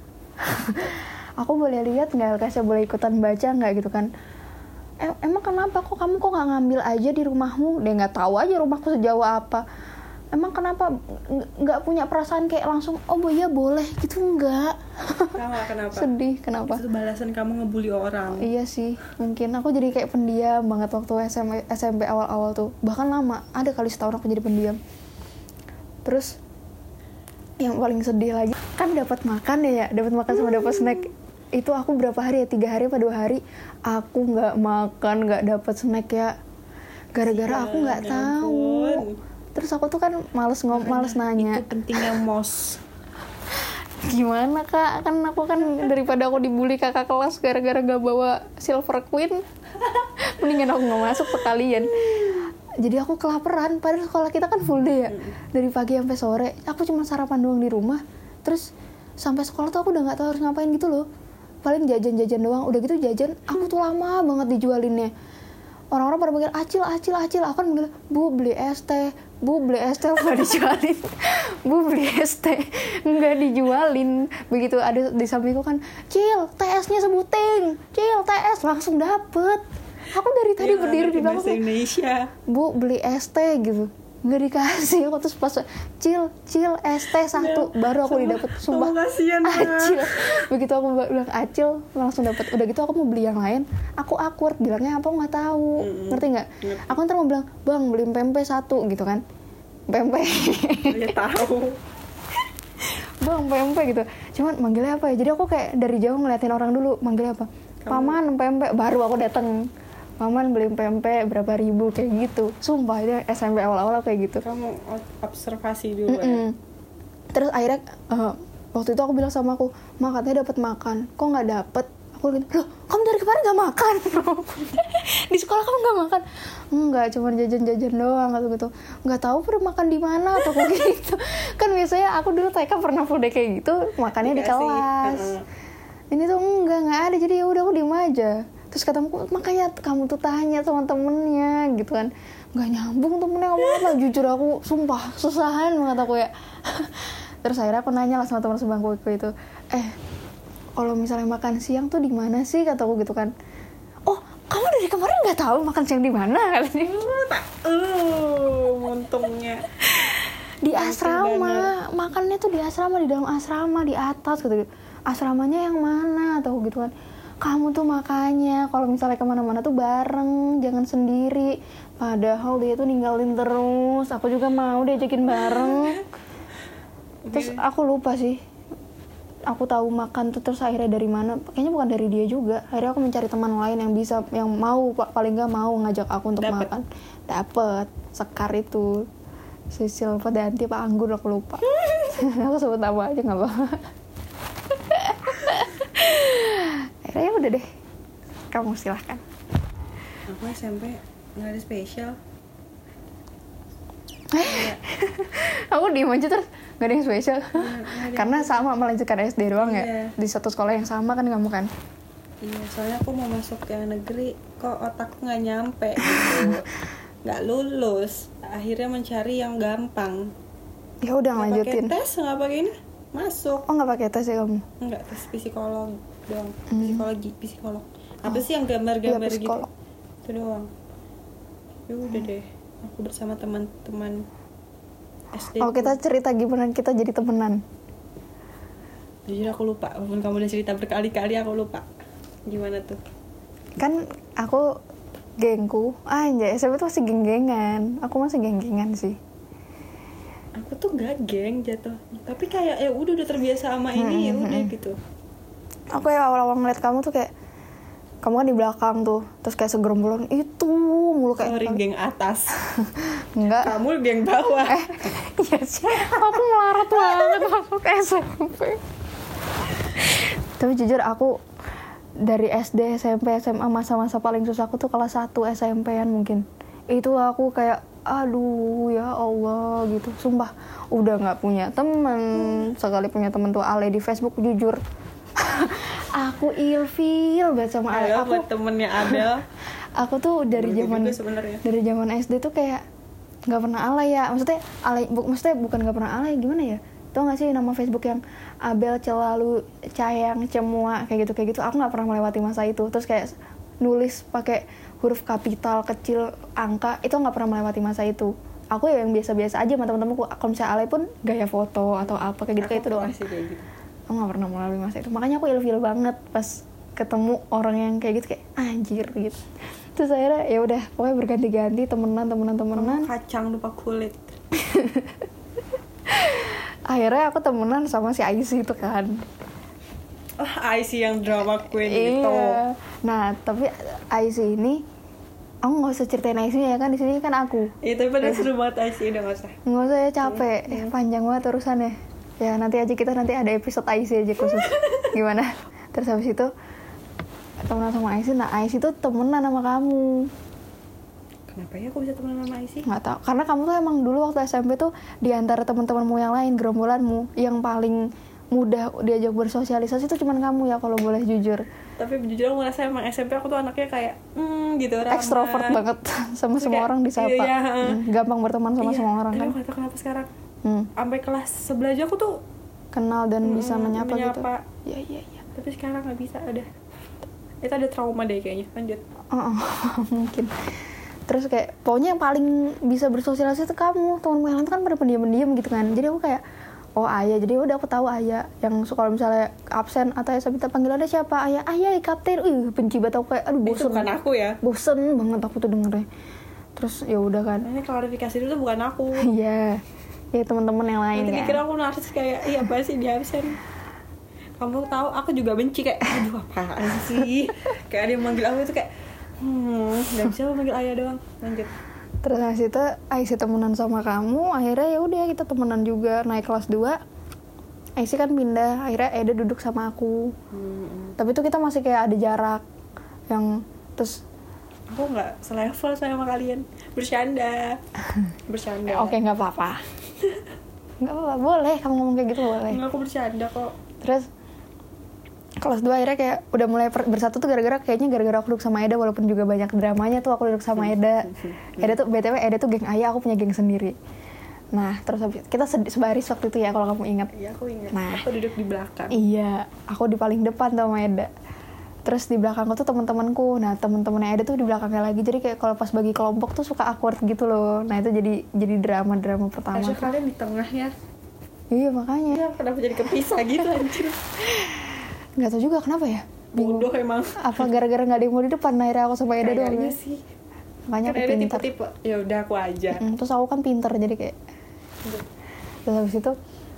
Aku boleh lihat nggak L K S-nya, boleh ikutan baca nggak gitu kan? Eh, emang kenapa kok kamu kok nggak ngambil aja di rumahmu? Dia nggak tahu aja rumahku sejauh apa. Emang kenapa nggak punya perasaan kayak langsung oh iya boleh gitu, nggak? Kenapa? Kenapa? Sedih kenapa? Itu balasan kamu ngebully orang. Iya sih, mungkin aku jadi kayak pendiam banget waktu S M P, S M P awal-awal tuh. Bahkan lama, ada kali setahun aku jadi pendiam. Terus yang paling sedih lagi kan dapat makan ya, dapat makan sama dapat snack. Itu aku berapa hari ya, tiga hari apa dua hari aku nggak makan, nggak dapat snack ya, gara-gara aku nggak ya, tahu. Terus aku tuh kan males ngom, males nanya. Itu pentingnya mos. Gimana kak, kan aku kan daripada aku dibully kakak kelas gara-gara nggak bawa Silver Queen, mendingan aku nggak masuk sekalian. Jadi aku kelaparan, padahal sekolah kita kan full day ya, dari pagi sampai sore. Aku cuma sarapan doang di rumah, terus sampai sekolah tuh aku udah nggak tahu harus ngapain gitu loh. Paling jajan-jajan doang, udah gitu jajan aku tuh lama banget dijualinnya. Orang-orang pada manggil acil, acil, acil, aku kan manggil bu beli es teh, bu beli es teh, nggak dijualin, bu beli es teh, nggak dijualin. Begitu ada di sampingku kan, cil, T S-nya sebuting, cil, T S, langsung dapet. Aku dari tadi ya, berdiri di belakang, Indonesia, bu beli es teh gitu. Nggak dikasih. Aku terus pas cil cil es teh satu ya, baru aku didapet, sumpah acil. Begitu aku bilang acil langsung dapet. Udah gitu aku mau beli yang lain, aku awkward bilangnya apa nggak tahu, mm-hmm. ngerti nggak? Mm-hmm. Aku ntar mau bilang bang beli pempek satu gitu kan, pempek dia tahu bang pempek gitu, cuman manggilnya apa ya? Jadi aku kayak dari jauh ngeliatin orang dulu manggilnya apa. Kamu... paman pempek, baru aku datang, paman beli pempek berapa ribu kayak gitu. Sumpah itu S M P awal-awal kayak gitu. Kamu observasi dulu ya. Terus akhirnya uh, waktu itu aku bilang sama aku, mak katanya dapat makan, kok nggak dapet? Aku gitu, loh kamu dari kemarin nggak makan? Di sekolah kamu nggak makan? Enggak, cuma jajan-jajan doang atau gitu. Nggak tahu pernah makan di mana atau kayak gitu. Kan biasanya aku dulu T K pernah full day kayak gitu, makannya di kelas. Uh-uh. Ini tuh enggak nggak ada, jadi ya udah aku diem aja. Terus katamu, makanya kamu tuh tanya sama temennya gitu kan. Gak nyambung temennya ngomong apa. Jujur aku, sumpah, susahan banget aku ya. Terus akhirnya aku nanya lah sama teman sebangku itu, Eh, kalau misalnya makan siang tuh di mana sih? Kataku gitu kan. Oh, kamu dari kemarin gak tahu makan siang di mana? Katanya. Tak, uh, untungnya. Di asrama, makannya tuh di asrama, di dalam asrama, di atas gitu. Asramanya yang mana? Atau gitu kan. Kamu tuh makanya kalau misalnya kemana-mana tuh bareng, jangan sendiri. Padahal dia tuh ninggalin terus. Aku juga mau diajakin bareng. Terus aku lupa sih. Aku tahu makan tuh terus akhirnya dari mana? Kayaknya bukan dari dia juga. Akhirnya aku mencari teman lain yang bisa, yang mau paling nggak mau ngajak aku untuk dapet. makan. Dapet. Sekar itu. Sisil Pedanti Pak Anggun, aku lupa. Aku sebut nama aja nggak apa-apa. Akhirnya udah deh, kamu silahkan. Aku S M P nggak ada spesial. Aku diem aja terus nggak ada yang spesial. Ya, karena sama melanjutkan S D doang ya. Di satu sekolah yang sama kan kamu kan. Iya, soalnya aku mau masuk yang negeri, kok otakku nggak nyampe gitu. Nggak lulus. Akhirnya mencari yang gampang. Ya udah lanjutin. Nggak pakai tes, nggak pakai ini, masuk. Oh nggak pakai tes ya kamu? Nggak, tes psikolog doang. Hmm. Psikologi, psikolog. Apa oh. sih yang gambar-gambar ya, gitu? Itu doang. Ya udah deh. Aku bersama teman-teman S D. Oh, kita cerita gimana kita jadi temenan. Jujur aku lupa, walaupun kamu udah cerita berkali-kali aku lupa. Gimana tuh? Kan aku gengku anjay S M P tuh masih geng-gengan. Aku masih geng-gengan sih. Aku tuh gak geng jatuh, tapi kayak ya udah udah terbiasa sama ini, ya udah gitu. Aku ya awal-awal ngeliat kamu tuh kayak kamu kan di belakang tuh, terus kayak segerombolan itu mulu kayak sorry geng atas. enggak, Kamu geng bawah. eh iya sih, aku melarat banget masuk S M P. Tapi jujur aku dari S D, S M P, S M A masa-masa paling susah aku tuh kelas satu S M P-an mungkin. Itu aku kayak aduh ya Allah gitu. Sumpah udah nggak punya teman. Sekali punya teman tuh Ale di Facebook, jujur. Aku ilfil banget sama Ale. Ayo, Aku buat temennya Adel. Aku tuh dari zaman dari zaman S D tuh kayak nggak pernah alay ya. Maksudnya alay, bu, maksudnya bukan nggak pernah alay, gimana ya? Tau nggak sih nama Facebook yang Abel Celalu Cayang Cemua kayak gitu kayak gitu. Aku nggak pernah melewati masa itu. Terus kayak nulis pakai huruf kapital kecil angka, itu nggak pernah melewati masa itu. Aku ya yang biasa-biasa aja sama teman-temanku. Kalau misalnya alay pun gaya foto atau apa kayak gitu kayak itu doang. Kayak gitu. Aku nggak pernah melalui masa itu. Makanya aku ilfil banget pas ketemu orang yang kayak gitu, kayak anjir gitu. Terus akhirnya ya udah pokoknya berganti-ganti temenan temenan temenan. Kacang lupa kulit. Akhirnya aku temenan sama si Aisy itu kan. Oh, Aisy yang drama queen itu. Iya. Nah, tapi Aisy ini aku nggak usah ceritain Aisy ya kan, di sini kan aku. Iya, tapi pada seru banget Aisy, udah nggak usah. Nggak usah ya, capek. Eh, panjang banget urusannya. Ya nanti aja kita nanti ada episode Aisy aja khusus. Gimana? Terus habis itu temenan sama Aisy. Nah, Aisy tuh temenan sama kamu. Kenapa ya aku bisa temenan sama Aisy? Nggak tahu. Karena kamu tuh emang dulu waktu S M P tuh di antara teman-temanmu yang lain, gerombolanmu, yang paling mudah diajak bersosialisasi itu cuman kamu ya kalau boleh jujur. Tapi jujur aku ngerasa emang S M P aku tuh anaknya kayak hmm gitu, ramah. Ekstrovert banget sama Terus semua kayak, orang disapa. iya, iya, Hmm, gampang berteman sama iya, semua orang tapi kan. aku gak tahu kenapa sekarang Hmm. sampai kelas sebelah aja aku tuh Kenal dan bisa mm, menyapa, menyapa. gitu. Iya iya iya. Tapi sekarang nggak bisa, udah. Itu ada trauma deh kayaknya. Lanjut. Oh, oh, mungkin. Terus kayak pokoknya yang paling bisa bersosialisasi itu kamu. Temenmu yang lain tuh kan pada pendiam-pendiam gitu kan. Jadi aku kayak oh Ayah, jadi udah aku tahu Ayah yang kalau misalnya absen atau saya minta panggilannya siapa, Ayah, Ayah kapten, uh benci banget aku kayak aduh bosen. Itu bukan aku ya. Bosen banget aku tuh dengernya. Terus ya udah kan. Ini klarifikasi dulu, bukan aku. Iya. Ya teman-teman yang lain Nanti kan. dikira aku narsis kayak iya apa sih di absen. Kamu tahu aku juga benci kayak aduh apaan sih. Kayak ada yang manggil aku itu kayak hmm, enggak bisa manggil Ayah doang. Lanjut. Terus habis itu Aisyah temenan sama kamu, akhirnya ya udah kita temenan juga naik kelas dua. Aisyah kan pindah, akhirnya Eda duduk sama aku. Hmm. Tapi itu kita masih kayak ada jarak yang terus Aku nggak selevel sama kalian. Bercanda. Bercanda. eh, oke nggak apa-apa. Nggak apa-apa, boleh kamu ngomong kayak gitu boleh. Enggak, aku bercanda kok. Terus kelas dua akhirnya kayak udah mulai per- bersatu tuh gara-gara kayaknya gara-gara aku duduk sama Eda, walaupun juga banyak dramanya tuh aku duduk sama Eda. Eda tuh B T W Eda tuh geng Ayah, aku punya geng sendiri. Nah, terus habis kita sed- sebaris waktu itu ya kalau kamu ingat. Iya, aku ingat. Nah. Aku duduk di belakang. Iya, aku di paling depan tuh sama Eda. Terus di belakangku tuh teman-temanku. Nah, teman-temannya Eda tuh di belakangnya lagi. Jadi kayak kalau pas bagi kelompok tuh suka awkward gitu loh. Nah, itu jadi jadi drama-drama pertama. Harusnya kalian di tengah ya. Iya, makanya. Ya, kenapa jadi kepisah gitu anjir. Nggak tahu juga kenapa ya. Bingung. Bodoh emang. Apa gara-gara nggak ada yang mau di depan, akhirnya aku sama Eda doang Kayaknya ya. sih. Makanya Kan aku ada pintar. tipe-tipe. Ya udah aku aja. Mm, terus aku kan pintar jadi kayak. Terus habis itu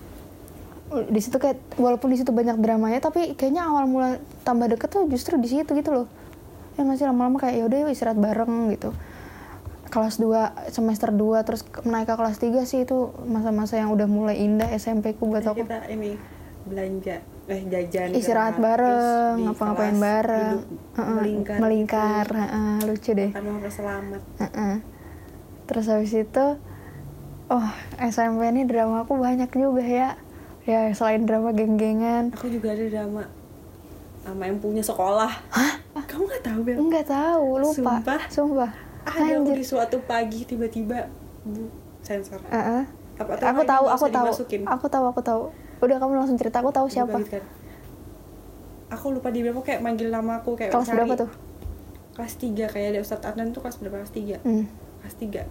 di situ kayak walaupun di situ banyak dramanya, tapi kayaknya awal mula tambah deket tuh justru di situ gitu loh. Ya masih lama-lama kayak ya udah yuk istirahat bareng gitu. Kelas dua, semester dua terus naik ke kelas tiga sih itu masa-masa yang udah mulai indah S M P ku buat aku. Kita ini belanja eh jajan Istirahat gerak, bareng, terus di ngapa-ngapain kelas bareng. duduk Heeh, melingkar melingkar, heeh, lucu deh. kan mau selamat. Heeh. Terus habis itu oh, S M P ini drama aku banyak juga ya. Ya selain drama geng-gengan. Aku juga ada drama sama yang punya sekolah. Hah? Kamu nggak tahu Bel? Enggak tahu, lupa. Sumpah? Sumpah. Ada aku Anjir. di suatu pagi tiba-tiba bu sensor. Heeh. Apa tuh Aku lagi tahu, nggak aku usah tahu. dimasukin? Aku tahu, aku tahu. Udah kamu langsung cerita, aku tahu siapa. Lupa gitu kan. Aku lupa di berapa kayak manggil nama aku kayak Kelas cari. berapa tuh? Kelas tiga kayak ada Ustadz Adnan tuh kelas berapa? Kelas tiga. Hmm. Kelas tiga.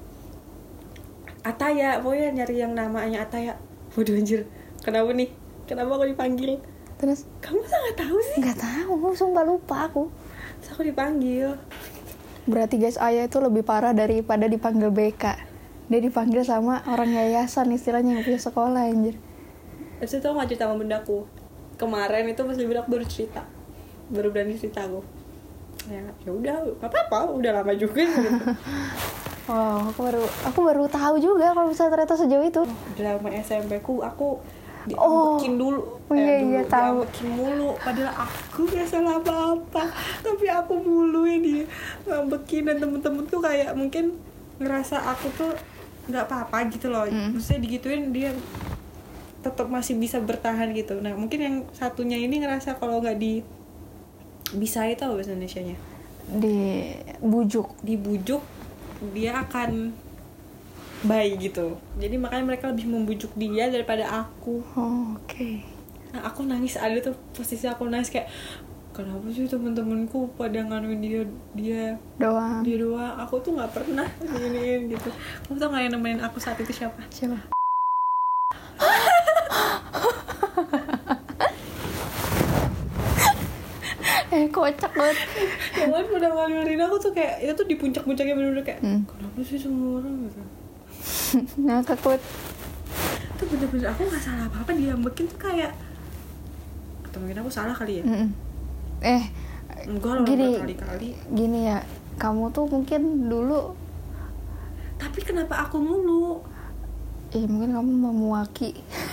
Ataya, pokoknya nyari yang namanya Ataya. Waduh anjir. Kenapa nih? Kenapa aku dipanggil? Terus Kamu masa nggak tahu sih? enggak tahu, sumpah lupa aku. Terus aku dipanggil. Berarti guys, ayah itu lebih parah daripada dipanggil B K. Dia dipanggil sama orang yayasan istilahnya yang punya sekolah anjir. Terus itu nggak cerita sama bundaku. Kemarin itu pas liburan aku baru cerita, baru berani cerita aku. Ya, ya udah, nggak apa-apa, udah lama juga. Gitu. Wow, aku baru aku baru tahu juga kalau bisa ternyata sejauh itu. Drama S M P ku aku Oh, diambekin dulu, oh iya, eh, dulu iya, tahu. diambekin mulu. Padahal aku gak salah apa-apa, tapi aku mulu yang dia ngambekin dan temen-temen tuh kayak mungkin ngerasa aku tuh nggak apa-apa gitu loh. Mm. Maksudnya digituin dia tetap masih bisa bertahan gitu. Nah mungkin yang satunya ini ngerasa kalau nggak di bisa itu apa bahasa Indonesianya? Dibujuk. Dibujuk dia akan baik gitu. Jadi makanya mereka lebih membujuk dia daripada aku. Oh, oke. Okay. Nah, aku nangis, ada tuh posisi aku nangis kayak kenapa sih temen-temenku pada nganuin dia dia Doang. dia doang, aku tuh nggak pernah giniin gitu. Kamu tau nggak yang nemenin aku saat itu siapa? Siapa? eh kocak banget. Yang lain pada nganuin aku tuh kayak itu tuh di puncak-puncaknya bener-bener kayak Hmm. kenapa sih semua orang gitu. Ngakak banget. Itu bener-bener aku nggak salah apa-apa, dia bikin tuh kayak atau mungkin aku salah kali ya. Mm-mm. Eh Enggak loh, gini, berkali-kali. gini ya, kamu tuh mungkin dulu, Tapi kenapa aku mulu? eh mungkin kamu memuaki.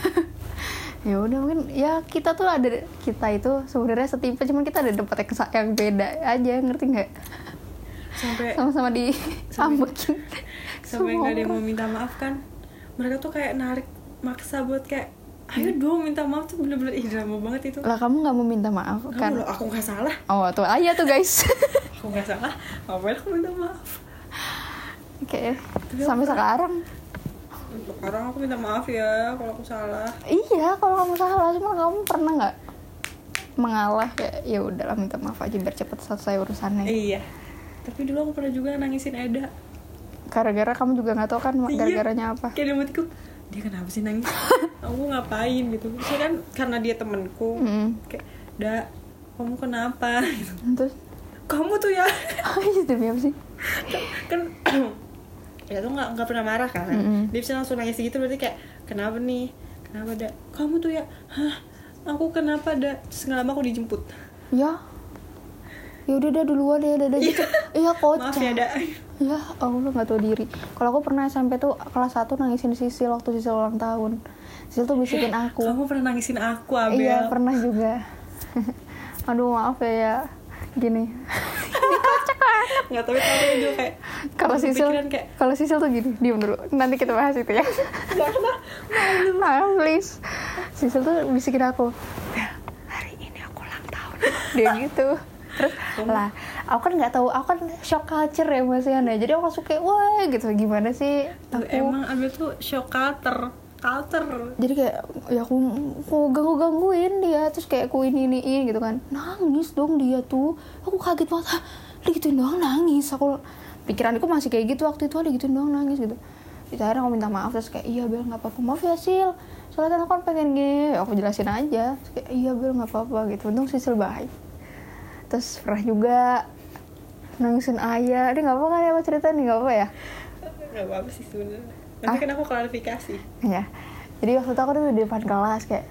Ya udah mungkin ya kita tuh ada kita itu sebenarnya setipe, cuman kita ada tempat yang, yang beda aja, ngerti nggak? Sampai Sama-sama di ambekin. sampai nggak ada yang mau minta maaf kan? Mereka tuh kayak narik maksa buat kayak ayo dong minta maaf, tuh bener-bener ih drama banget itu. Lah kamu nggak mau minta maaf Kamu kan? loh, aku nggak salah, Oh tuh aja tuh guys. aku nggak salah, ngapain aku minta maaf? Oke, Tapi sampai aku- sekarang. Sekarang aku minta maaf ya kalau aku salah. Iya, kalau kamu salah, cuma kamu pernah nggak mengalah kayak ya udahlah minta maaf aja biar cepet selesai urusannya. Iya. Tapi dulu aku pernah juga nangisin Eda. Gara-gara kamu juga nggak tahu kan Iya. gara-garanya apa. Kayak dalam hatiku, dia kenapa sih nangis? Aku ngapain gitu. Maksudnya kan karena dia temenku. Mm. Kayak, "Da, kamu kenapa?" Gitu. Terus, Kamu tuh ya. oh iya demi apa sih? Kan ya tuh nggak nggak pernah marah kan. Mm-mm. Dia bisa langsung nangis gitu, berarti kayak kenapa nih? Kenapa Da? Kamu tuh ya. Hah? Aku kenapa Da? Terus nggak lama aku dijemput. Ya, ya udah dah duluan ya, dadah gitu. Iya kocak. Maaf ya Da. Ya Allah nggak tahu diri. Kalau aku pernah S M P tuh kelas satu nangisin Sisil waktu Sisil ulang tahun. Sisil tuh bisikin aku. Kamu pernah nangisin aku, Abel. Iya pernah juga. Aduh maaf ya ya. Gini. Nggak tahu tapi juga kayak Kalau Sisil, kepikiran kayak kalau Sisil tuh gini, diem dulu. Nanti kita bahas itu ya. nggak pernah malu. Nah, please. Sisil tuh bisikin aku, "Bel, hari ini aku ulang tahun." Dia gitu. Terus lah, aku kan nggak tahu, aku kan shock culture ya Mas Yana. Jadi aku suka, wah gitu, gimana sih? Tuh, Aku, emang Abel tuh shock culture culture jadi kayak ya aku, aku ganggu gangguin dia, terus kayak aku ini iniin gitu kan, nangis dong dia tuh. Aku kaget banget, hah, dia gituin doang nangis. Aku pikiranku masih kayak gitu waktu itu, ada gituin doang nangis gitu. Di akhirnya aku minta maaf, terus kayak iya Bel nggak apa-apa, maaf ya Sil, soalnya kan aku kan pengen gini. Aku jelasin aja, terus kayak iya Bel nggak apa-apa gitu. Untung Sisil baik. Terus pernah juga nangisin ayah. Ini nggak apa kan ya aku ceritain nih, nggak apa ya? nggak apa-apa sih sebenarnya. Nanti Ah? kan aku klarifikasi. Ya, jadi waktu itu aku tuh di depan kelas kayak,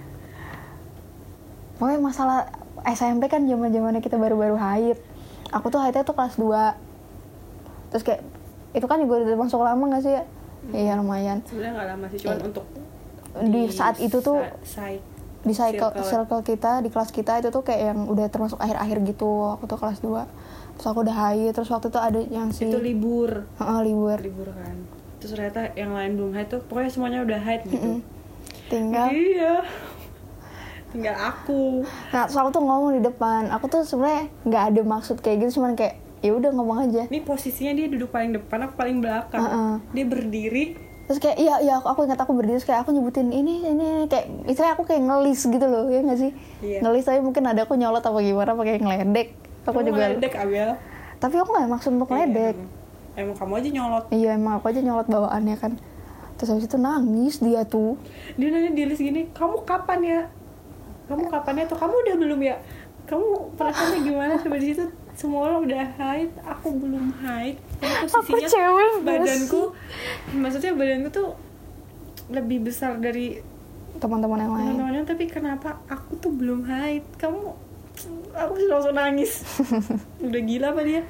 pokoknya masalah S M P kan zaman zamannya kita baru-baru haid. Aku tuh haidnya tuh kelas dua. Terus kayak itu kan juga udah masuk lama nggak sih ya? Iya lumayan. Sebenarnya nggak lama sih, cuman Eh, untuk di saat itu tuh sa- say- di cycle, circle. circle kita, di kelas kita itu tuh kayak yang udah termasuk akhir-akhir gitu. Aku tuh kelas dua. Terus aku udah haid, terus waktu itu ada yang si itu libur Heeh, libur. libur kan. Terus ternyata yang lain belum haid tuh, pokoknya semuanya udah haid gitu. Mm-mm. Tinggal Iya. Tinggal aku. nah terus aku tuh ngomong di depan. Aku tuh sebenarnya nggak ada maksud kayak gitu, cuman kayak ya udah ngomong aja. Ini posisinya dia duduk paling depan, aku paling belakang. Uh-uh. Dia berdiri. Terus kayak iya iya aku, aku ingat aku berdiri, terus kayak aku nyebutin ini ini kayak misalnya aku kayak ngelis gitu loh, ya nggak sih? Iya. Ngelis, tapi mungkin ada aku nyolot apa gimana pakai ngeledek. Aku Kamu juga ngeledek, Abel. tapi aku nggak maksud untuk ngeledek. Iya, emang. emang kamu aja nyolot. Iya emang aku aja nyolot bawaannya kan. Terus habis itu nangis dia tuh. Dia nanya di list gini, kamu kapan ya? Kamu kapan ya? Atau kamu udah belum ya? Kamu perasaannya gimana? Coba di situ semua orang udah haid, aku belum haid. Jadi Aku posisinya cewek badanku, maksudnya badanku tuh lebih besar dari teman-teman yang lain. teman-temannya, tapi kenapa aku tuh belum haid? Kamu, aku sih langsung nangis. Udah gila apa dia?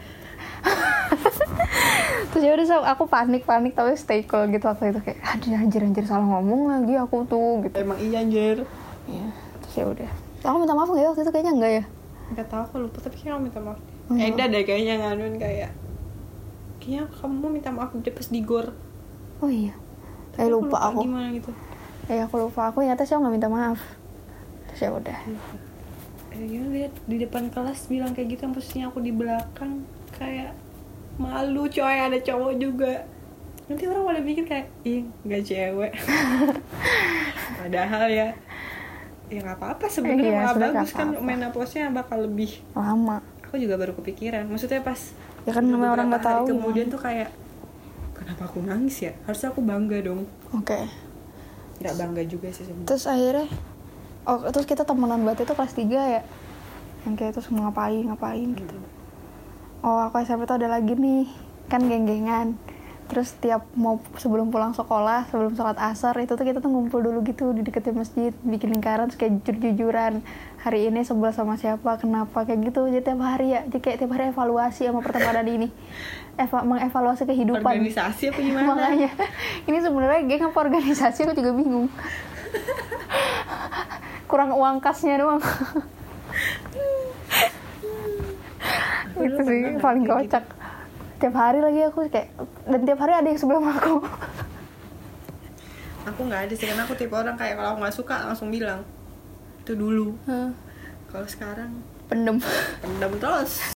Terus ya udah, so, aku panik panik tapi stay cool gitu waktu itu, kayak aduh anjir anjir salah ngomong lagi aku tuh gitu. Emang iya anjir. Ya, terus ya udah. Aku minta maaf nggak ya waktu itu? Kayaknya enggak ya. Gak tau, aku lupa, tapi kayaknya aku minta maaf. Oh, iya. Eda deh kayaknya nganuin kayak, kayaknya kamu minta maaf deh pas di gor. Oh iya. Tapi Eh lupa aku. Gimana gitu? Eh aku lupa, aku nyata sih nggak minta maaf. Terus ya udah. Eh gimana lihat di depan kelas bilang kayak gitu, yang posisinya aku di belakang, kayak malu coy, ada cowok juga. Nanti orang pada pikir kayak, ih nggak cewek. Padahal ya, ya nggak apa-apa sebenarnya, Iya, malah sebenarnya bagus nggak kan, apa-apa. menopause-nya bakal lebih. Lama. Aku juga baru kepikiran, maksudnya pas Ya kan namanya orang nggak beberapa hari tahu. kemudian tuh kayak, kenapa aku nangis ya? Harusnya aku bangga dong. Oke. Nggak bangga juga sih sebenarnya. Terus akhirnya, oh terus kita temenan banget itu kelas tiga ya, yang kayak terus mau ngapain ngapain gitu. Oh aku S M P tuh ada lagi nih, kan geng-gengan. Terus tiap mau sebelum pulang sekolah, sebelum sholat asar itu tuh kita tuh ngumpul dulu gitu di dekat masjid, bikin lingkaran, terus kayak jujur-jujuran. Hari ini sebelah sama siapa, kenapa, kayak gitu. Jadi tiap hari ya, jadi kayak tiap hari evaluasi sama pertemanan ini, Eva, mengevaluasi kehidupan. Organisasi apa gimana? Makanya ini sebenarnya geng apa organisasi aku juga bingung. Kurang uang kasnya doang. Itu sih paling kocak. Tiap hari lagi aku kayak, dan tiap hari ada yang sebelum aku. Aku nggak ada sih, karena aku tipe orang kayak kalau aku nggak suka langsung bilang. Itu dulu. Hmm. Kalau sekarang Pendem. pendam terus.